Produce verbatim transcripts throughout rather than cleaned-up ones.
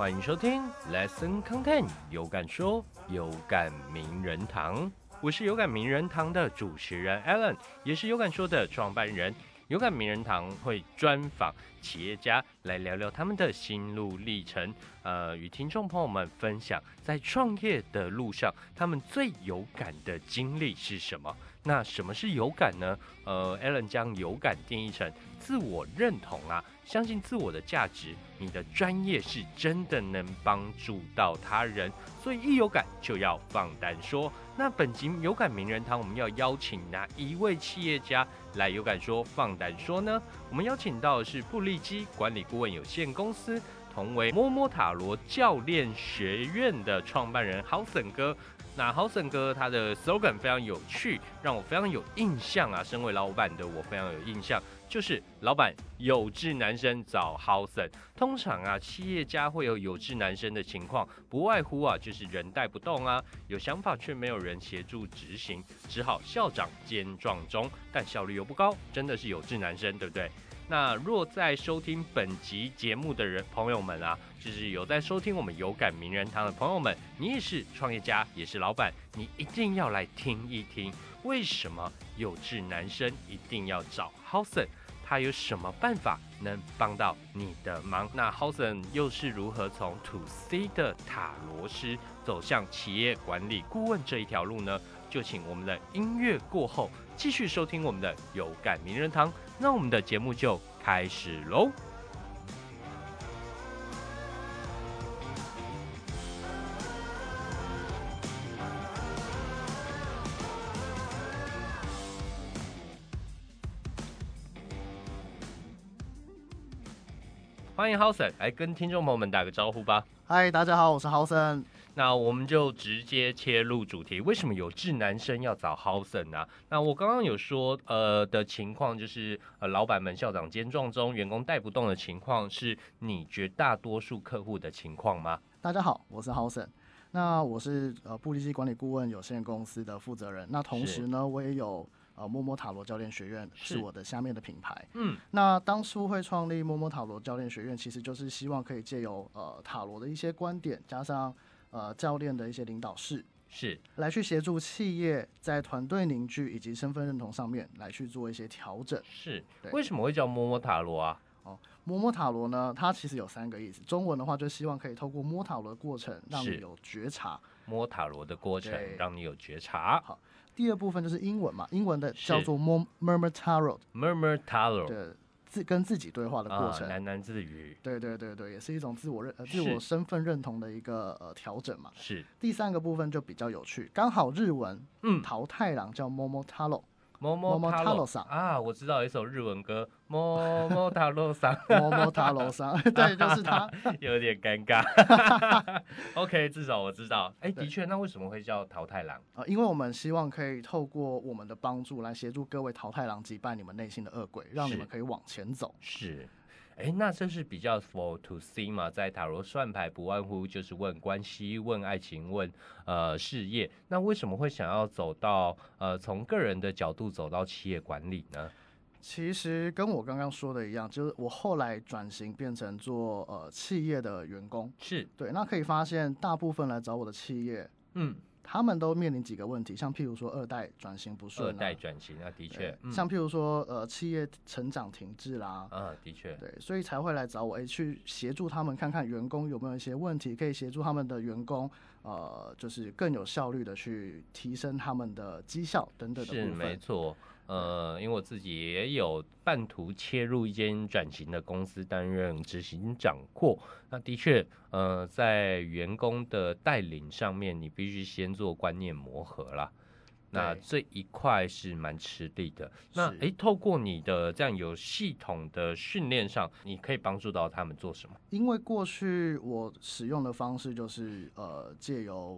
欢迎收听 Lesson Content 有感说有感名人堂，我是有感名人堂的主持人 Alan， 也是有感说的创办人。有感名人堂会专访企业家来聊聊他们的心路历程，呃，与听众朋友们分享在创业的路上他们最有感的经历是什么。那什么是有感呢？呃 ，Alan 将有感定义成自我认同啊，相信自我的价值，你的专业是真的能帮助到他人，所以一有感就要放胆说。那本集有感名人堂，我们要邀请哪一位企业家来有感说放胆说呢？我们邀请到的是布利基管理顾问有限公司，同为摸摸塔罗教练学院的创办人豪森哥。那豪森哥他的 slogan 非常有趣，让我非常有印象啊！身为老板的我非常有印象，就是老板有志男生找豪森。通常啊，企业家会有有志男生的情况，不外乎啊就是人带不动啊，有想法却没有人协助执行，只好校长兼撞钟，但效率又不高，真的是有志男生，对不对？那若在收听本集节目的人朋友们啊，就是有在收听我们有感名人堂的朋友们，你也是创业家，也是老板，你一定要来听一听，为什么有志男生一定要找 Howson， 他有什么办法能帮到你的忙？那 Howson 又是如何从 To C 的塔罗师走向企业管理顾问这一条路呢？就请我们的音乐过后继续收听我们的有感名人堂，那我们的节目就开始喽。欢迎 Howson 来跟听众朋友们打个招呼吧。 嗨，大家好，我是 Howson。 那我们就直接切入主题，为什么有志男生要找 Howson 啊？那我刚刚有说，呃的情况就是，呃，老板们校长兼撞钟，员工带不动的情况，是你绝大多数客户的情况吗？ 大家好，我是 Howson。那我是呃布利基管理顾问有限公司的负责人。那同时呢，我也有呃摸摸塔罗教练学院是我的下面的品牌。嗯，那当初会创立摸摸塔罗教练学院，其实就是希望可以借由呃塔罗的一些观点，加上呃教练的一些领导式， 是来去协助企业在团队凝聚以及身份认同上面来去做一些调整。 是，为什么会叫摸摸塔罗啊？ 哦，摸摸塔罗呢，它其实有三个意思。中文的话，就希望可以透过摸塔罗的过程，让你有觉察。 摸塔罗的过程，让你有觉察。 好，第二部分就是英文嘛，英文的叫做 Murmur Tarot。Murmur Tarot， 对，自跟自己对话的过程， 喃喃自语。 对对对对，也是一种自我认、呃、自我身份认同的一个呃调整嘛。 是。 第三个部分就比较有趣，刚好日文，嗯，桃太郎叫 Momo Taro。 摸摸塔罗桑啊，我知道有一首日文歌，摸摸塔罗桑， 摸摸塔罗桑，对，就是他， 有点尴尬。OK， 至少我知道。哎，的确，那为什么会叫桃太郎？ 呃，因为我们希望可以透过我们的帮助来协助各位桃太郎击败你们内心的恶鬼，让你们可以往前走。 是。哎，那这是比较 for to C 嘛，在塔罗算牌不外乎就是问关系、问爱情、问呃事业。那为什么会想要走到呃从个人的角度走到企业管理呢？ 其实跟我刚刚说的一样，就是我后来转型变成做呃企业的员工， 是对。那可以发现，大部分来找我的企业，嗯。他们都面临几个问题，像譬如说二代转型不顺、啊， 二代转型啊，的确， 嗯、像譬如说呃企业成长停滞啦， 啊，的确， 对，所以才会来找我，哎，去协助他们看看员工有没有一些问题，可以协助他们的员工，呃，就是更有效率的去提升他们的绩效等等的部分。 是没错。呃，因为我自己也有半途切入一间转型的公司担任执行长过，那的确，呃，在员工的带领上面，你必须先做观念磨合啦。那这一块是蛮吃力的。那哎，透过你的这样有系统的训练上，你可以帮助到他们做什么？ 因为过去我使用的方式就是呃，借由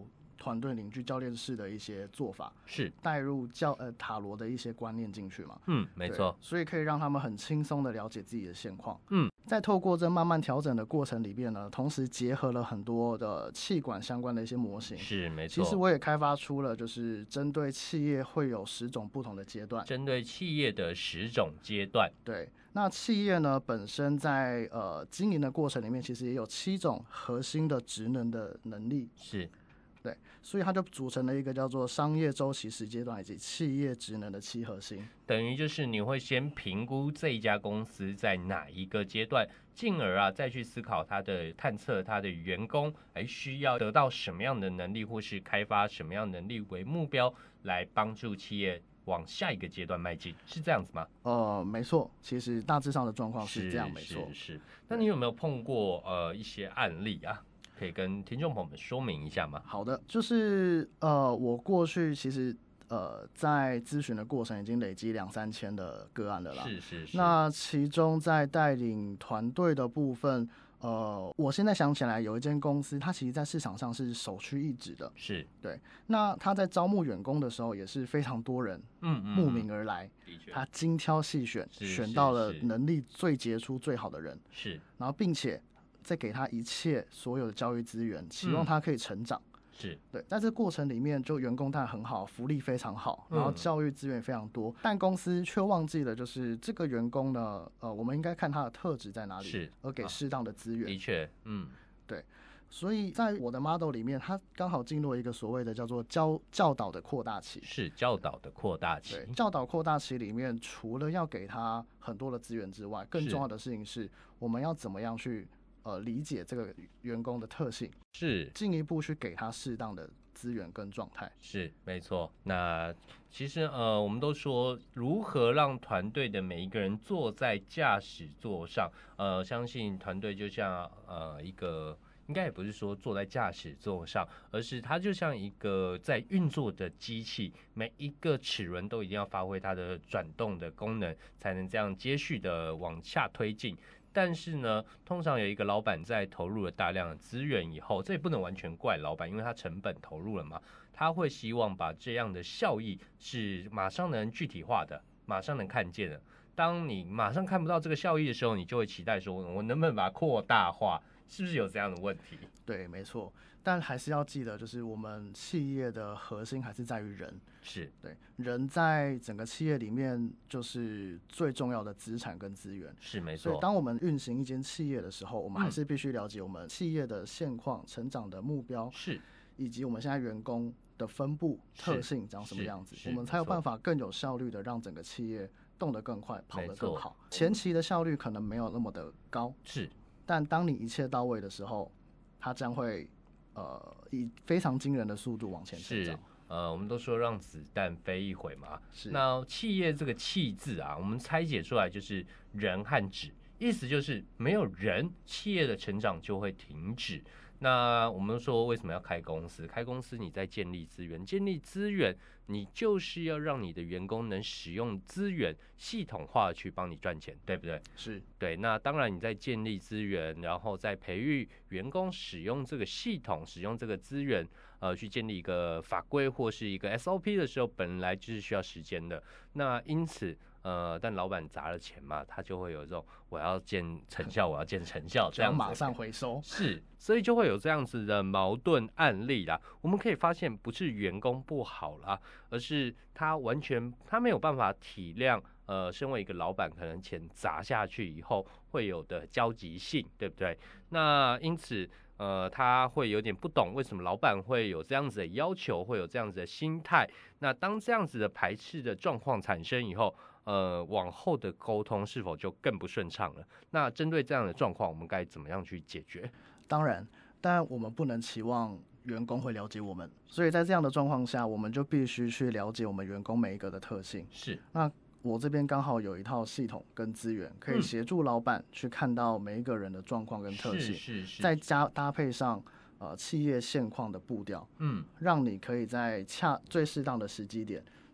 团队凝聚教练式的一些做法， 是带入教呃塔罗的一些观念进去嘛。 嗯，没错。 所以可以让他们很轻松的了解自己的现况。 嗯， 在透过这慢慢调整的过程里面呢，同时结合了很多的气管相关的一些模型。 是没错。 其实我也开发出了，就是针对企业会有十种不同的阶段。 针对企业的十种阶段。 对。那企业呢本身在呃经营的过程里面，其实也有七种核心的职能的能力。 是。 对，所以它就组成了一个叫做商业周期十阶段以及企业职能的七核心。 等于就是你会先评估这一家公司在哪一个阶段，进而啊再去思考它的探测它的员工哎需要得到什么样的能力，或是开发什么样的能力为目标，来帮助企业往下一个阶段迈进，是这样子吗？ 呃，没错，其实大致上的状况是这样，没错。 是是是。那你有没有碰过呃一些案例啊？可以跟听众朋友们说明一下吗？ 好的，就是呃，我过去其实呃在咨询的过程已经累积两三千的个案了啦。 是是是。 那其中在带领团队的部分，呃，我现在想起来有一间公司，它其实在市场上是首屈一指的。 是。 对。那他在招募员工的时候，也是非常多人嗯嗯慕名而来。 的确。 他精挑细选，选到了能力最杰出、最好的人。 是。 然后并且再给他一切所有的教育资源，期望他可以成长。 嗯、是对，在这过程里面，就员工当然很好，福利非常好，然后教育资源非常多，嗯、但公司却忘记了，就是这个员工呢，呃，我们应该看他的特质在哪里， 是， 而给适当的资源。 的确，嗯， 对。所以在我的 model 里面，它刚好进入一个所谓的叫做教教导的扩大期。 是教导的扩大期。 对，教导扩大期里面，除了要给他很多的资源之外，更重要的事情是，我们要怎么样去呃理解这个员工的特性， 是进一步去给他适当的资源跟状态。 是没错。那其实呃，我们都说如何让团队的每一个人坐在驾驶座上，呃，相信团队就像呃一个。应该也不是说坐在驾驶座上，而是它就像一个在运作的机器，每一个齿轮都一定要发挥它的转动的功能，才能这样接续的往下推进。但是呢，通常有一个老板在投入了大量的资源以后，这也不能完全怪老板，因为他成本投入了嘛，他会希望把这样的效益是马上能具体化的，马上能看见的。当你马上看不到这个效益的时候，你就会期待说，我能不能把它扩大化？是不是有这样的问题？ 对，没错，但还是要记得，就是我们企业的核心还是在于人。 是。 对，人在整个企业里面就是最重要的资产跟资源。 是，没错。 所以当我们运行一间企业的时候，我们还是必须了解我们企业的现况、成长的目标， 是， 以及我们现在员工的分布特性长什么样子，我们才有办法更有效率的让整个企业动得更快，跑得更好。前期的效率可能没有那么的高， 是。但当你一切到位的时候，它将会呃以非常惊人的速度往前成长。 是，呃，我们都说让子弹飞一回嘛。 是。 那企业这个企字啊，我们拆解出来就是人和纸，意思就是没有人，企业的成长就会停止。那我们说为什么要开公司？开公司你在建立资源，建立资源，你就是要让你的员工能使用资源，系统化去帮你赚钱，对不对？ 是。 对。那当然你在建立资源，然后再培育员工使用这个系统，使用这个资源，呃，去建立一个法规或是一个 S O P 的时候，本来就是需要时间的。那因此。呃，但老板砸了钱嘛，他就会有这种我要见成效，我要见成效，这样子马上回收。 是，所以就会有这样子的矛盾案例啦。我们可以发现，不是员工不好啦，而是他完全他没有办法体谅，呃，身为一个老板，可能钱砸下去以后会有的焦急性，对不对？那因此。呃，他会有点不懂为什么老板会有这样子的要求，会有这样子的心态。那当这样子的排斥的状况产生以后，呃，往后的沟通是否就更不顺畅了？那针对这样的状况，我们该怎么样去解决？ 当然，但我们不能期望员工会了解我们，所以在这样的状况下，我们就必须去了解我们员工每一个的特性。 是。 那我这边刚好有一套系统跟资源，可以协助老板去看到每一个人的状况跟特性， 是是是， 再加搭配上呃企业现况的步调，嗯，让你可以在恰最适当的时机点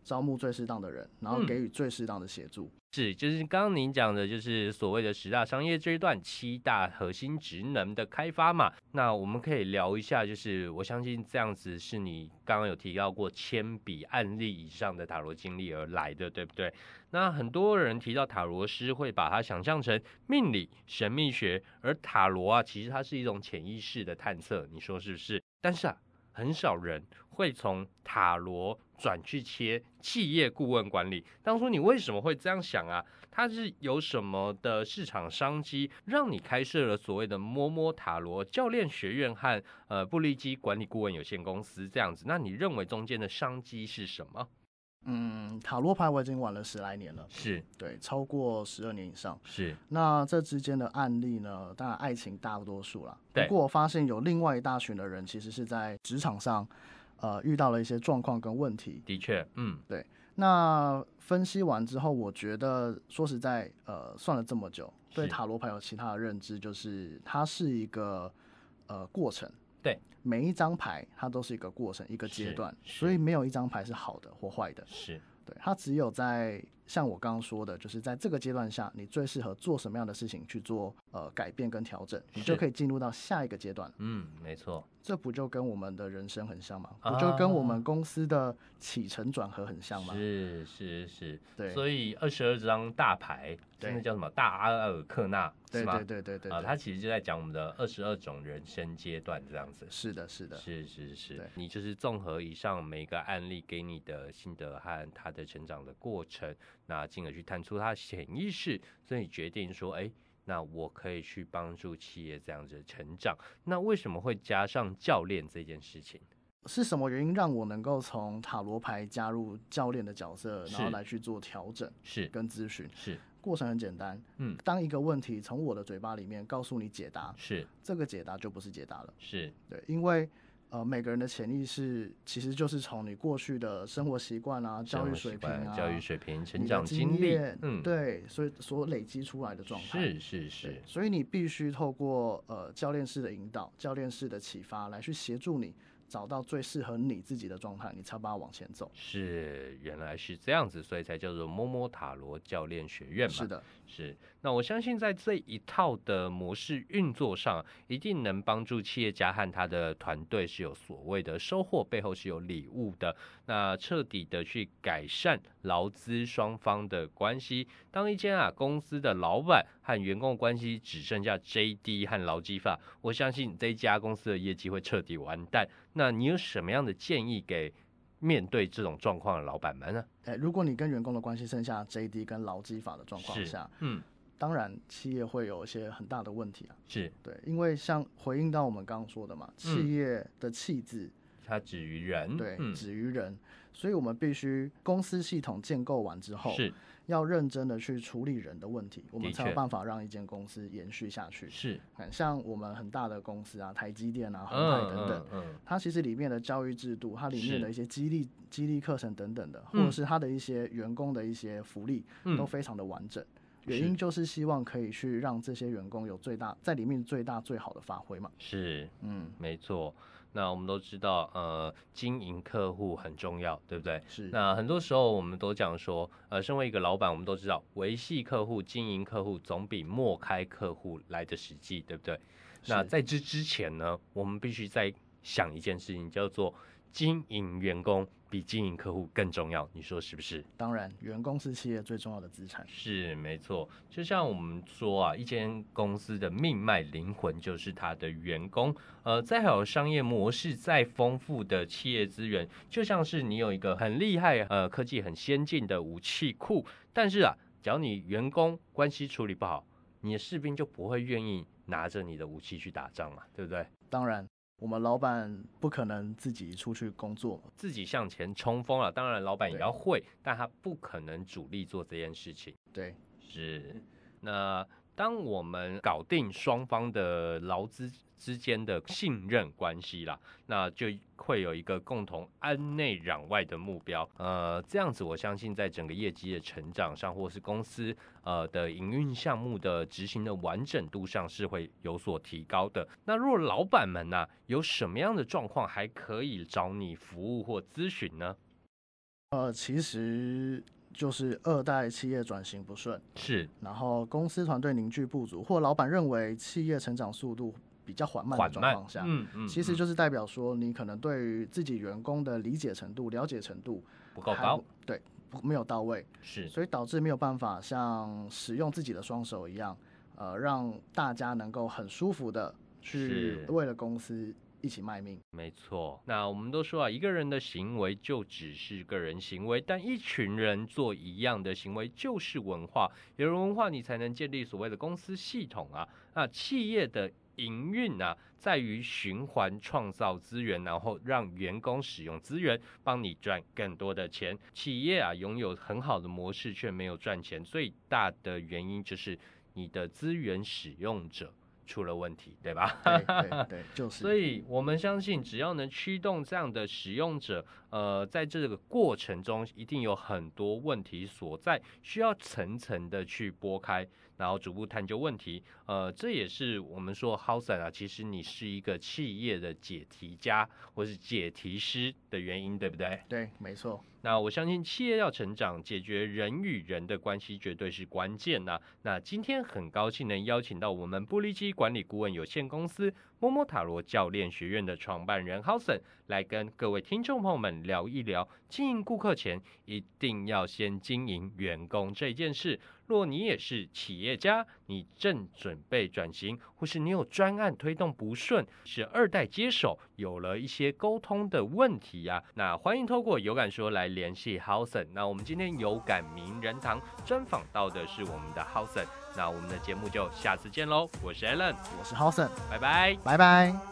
招募最适当的人，然后给予最适当的协助。 嗯是，就是刚刚您讲的，就是所谓的十大商业阶段、七大核心职能的开发嘛。那我们可以聊一下，就是我相信这样子是你刚刚有提到过千笔案例以上的塔罗经历而来的，对不对？那很多人提到塔罗师会把它想象成命理、神秘学，而塔罗啊，其实它是一种潜意识的探测，你说是不是？但是啊，很少人会从塔罗转去切企业顾问管理。当初你为什么会这样想啊？它是有什么的市场商机，让你开设了所谓的摸摸塔罗教练学院和呃布利基管理顾问有限公司这样子？那你认为中间的商机是什么？ 嗯，塔罗牌我已经玩了十来年了， 是对，超过十二年以上。 是， 那这之间的案例呢，当然爱情大多数啦。不过我发现有另外一大群的人，其实是在职场上，呃，遇到了一些状况跟问题。 的确，嗯， 对。那分析完之后，我觉得说实在，呃，算了这么久，对塔罗牌有其他的认知，就是它是一个呃过程。 对， 每一张牌它都是一个过程，一个阶段，所以没有一张牌是好的或坏的。 是， 对，它只有在像我刚刚说的，就是在这个阶段下，你最适合做什么样的事情去做呃改变跟调整，你就可以进入到下一个阶段。 嗯，没错。 这不就跟我们的人生很像吗？不就跟我们公司的起承转合很像吗？ 是是是， 对。 所以二十二张大牌，真的叫什么大阿尔克纳，是吗？ 对对对对对。 啊，它其实就在讲我们的二十二种人生阶段这样子。 是的，是的， 是是是。你就是综合以上每个案例给你的心得和他的成长的过程，那进而去探出他的潜意识，所以决定说，哎。那我可以去帮助企业这样子的成长。那为什么会加上教练这件事情？ 是什么原因让我能够从塔罗牌加入教练的角色，然后来去做调整， 是跟咨询？ 是过程很简单， 嗯， 当一个问题从我的嘴巴里面告诉你解答， 是这个解答就不是解答了， 是对，因为。呃，每个人的潜意识其实就是从你过去的生活习惯啊、教育水平啊、 教育水平、成长经历， 嗯，对，所以所累积出来的状态。 是是是， 所以你必须透过呃教练式的引导、教练式的启发来去协助你找到最适合你自己的状态，你才把它往前走。 是，原来是这样子，所以才叫做摸摸塔罗教练学院嘛。 是的， 是。那我相信在这一套的模式运作上，一定能帮助企业家和他的团队是有所谓的收获，背后是有礼物的。那彻底的去改善劳资双方的关系。当一间啊公司的老板和员工关系只剩下 J D 和劳基法，我相信这家公司的业绩会彻底完蛋。那你有什么样的建议给面对这种状况的老板们呢？ 欸、如果你跟员工的关系剩下 J D 跟劳基法的状况下，嗯。当然，企业会有一些很大的问题啊。 是对，因为像回应到我们刚刚说的嘛，企业的企字， 它止于人， 对，嗯、止于人，所以我们必须公司系统建构完之后， 是要认真的去处理人的问题，我们才有办法让一间公司延续下去。 是， 像我们很大的公司啊，台积电啊、鸿海等等，嗯嗯嗯、它其实里面的教育制度，它里面的一些激励激励课程等等的，或者是它的一些员工的一些福利，嗯、都非常的完整。原因就是希望可以去让这些员工有最大在里面最大最好的发挥嘛。 是，嗯，没错。那我们都知道，呃，经营客户很重要，对不对？ 是。 那很多时候我们都讲说，呃，身为一个老板，我们都知道维系客户、经营客户总比陌开客户来的实际，对不对？那在这之前呢，我们必须再想一件事情，叫做经营员工比经营客户更重要，你说是不是？ 当然，员工是企业最重要的资产。 是，没错。就像我们说啊，一间公司的命脉灵魂就是它的员工。呃，再好的商业模式，再丰富的企业资源，就像是你有一个很厉害、呃科技很先进的武器库，但是啊，只要你员工关系处理不好，你的士兵就不会愿意拿着你的武器去打仗嘛，对不对？ 当然。我们老板不可能自己出去工作， 自己向前冲锋了。当然，老板也要会，但他不可能主力做这件事情。 对， 是。那当我们搞定双方的劳资之间的信任关系啦，那就会有一个共同安内攘外的目标。呃，这样子我相信在整个业绩的成长上，或是公司呃的营运项目的执行的完整度上是会有所提高的。那如果老板们呢、啊、有什么样的状况还可以找你服务或咨询呢？ 呃，其实就是二代企业转型不顺， 是， 然后公司团队凝聚不足，或老板认为企业成长速度比较缓慢的状况下， 嗯嗯， 其实就是代表说你可能对于自己员工的理解程度、了解程度不够高， 对，没有到位， 是， 所以导致没有办法像使用自己的双手一样，呃，让大家能够很舒服的去为了公司一起卖命。 没错，那我们都说啊，一个人的行为就只是个人行为，但一群人做一样的行为就是文化。有了文化，你才能建立所谓的公司系统啊。那企业的营运啊，在于循环创造资源，然后让员工使用资源，帮你赚更多的钱。企业啊，拥有很好的模式却没有赚钱，最大的原因就是你的资源使用者出了问题，对吧？ 对对对，就是。 所以我们相信，只要能驱动这样的使用者，呃，在这个过程中，一定有很多问题所在，需要层层的去拨开，然后逐步探究问题。呃，这也是我们说 Howson 啊，其实你是一个企业的解题家或是解题师的原因，对不对？ 对，没错。 那我相信企业要成长，解决人与人的关系绝对是关键呐、啊。那今天很高兴能邀请到我们布利基管理顾问有限公司摸摸塔罗教练学院的创办人 Howson 来跟各位听众朋友们聊一聊，经营顾客前一定要先经营员工这件事。若你也是企业家，你正准备转型，或是你有专案推动不顺，是二代接手，有了一些沟通的问题啊，那欢迎透过有感说来联系 Howson。那我们今天有感名人堂专访到的是我们的 Howson，那我们的节目就下次见喽。我是 Alan， 我是 Howson， 拜拜， 拜拜。